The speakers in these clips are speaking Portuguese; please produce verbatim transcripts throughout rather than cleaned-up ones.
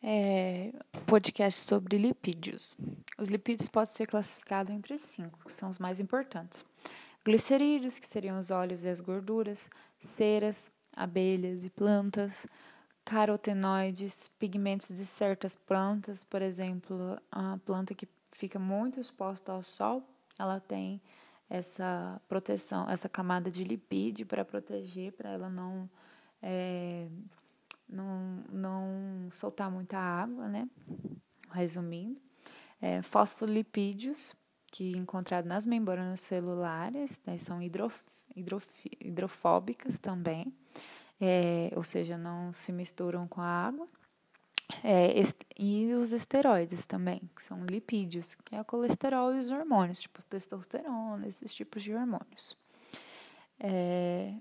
é, podcast sobre lipídios. Os lipídios podem ser classificados entre cinco, que são os mais importantes. Glicerídeos, que seriam os óleos e as gorduras, ceras, abelhas e plantas, carotenoides, pigmentos de certas plantas, por exemplo, a planta que fica muito exposta ao sol, ela tem essa proteção, essa camada de lipídio para proteger, para ela não, é, não, não soltar muita água, né? Resumindo, é, fosfolipídios, que encontrados nas membranas celulares, né, são hidrof, hidrof, hidrofóbicas também, é, ou seja, não se misturam com a água. É, e os esteroides também, que são lipídios, que é o colesterol e os hormônios, tipo testosterona, esses tipos de hormônios. É,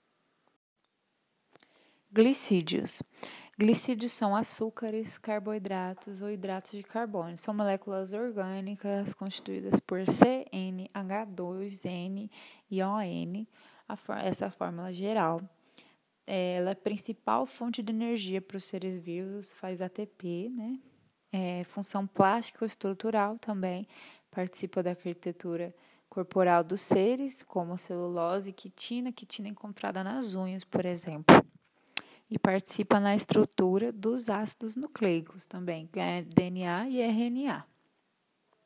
glicídios. Glicídios são açúcares, carboidratos ou hidratos de carbono. São moléculas orgânicas constituídas por C N H dois N e O N, a, essa fórmula geral. Ela é a principal fonte de energia para os seres vivos, faz A T P, né? É, função plástica ou estrutural também, participa da arquitetura corporal dos seres, como celulose e quitina, quitina encontrada nas unhas, por exemplo. E participa na estrutura dos ácidos nucleicos também, que é D N A e R N A.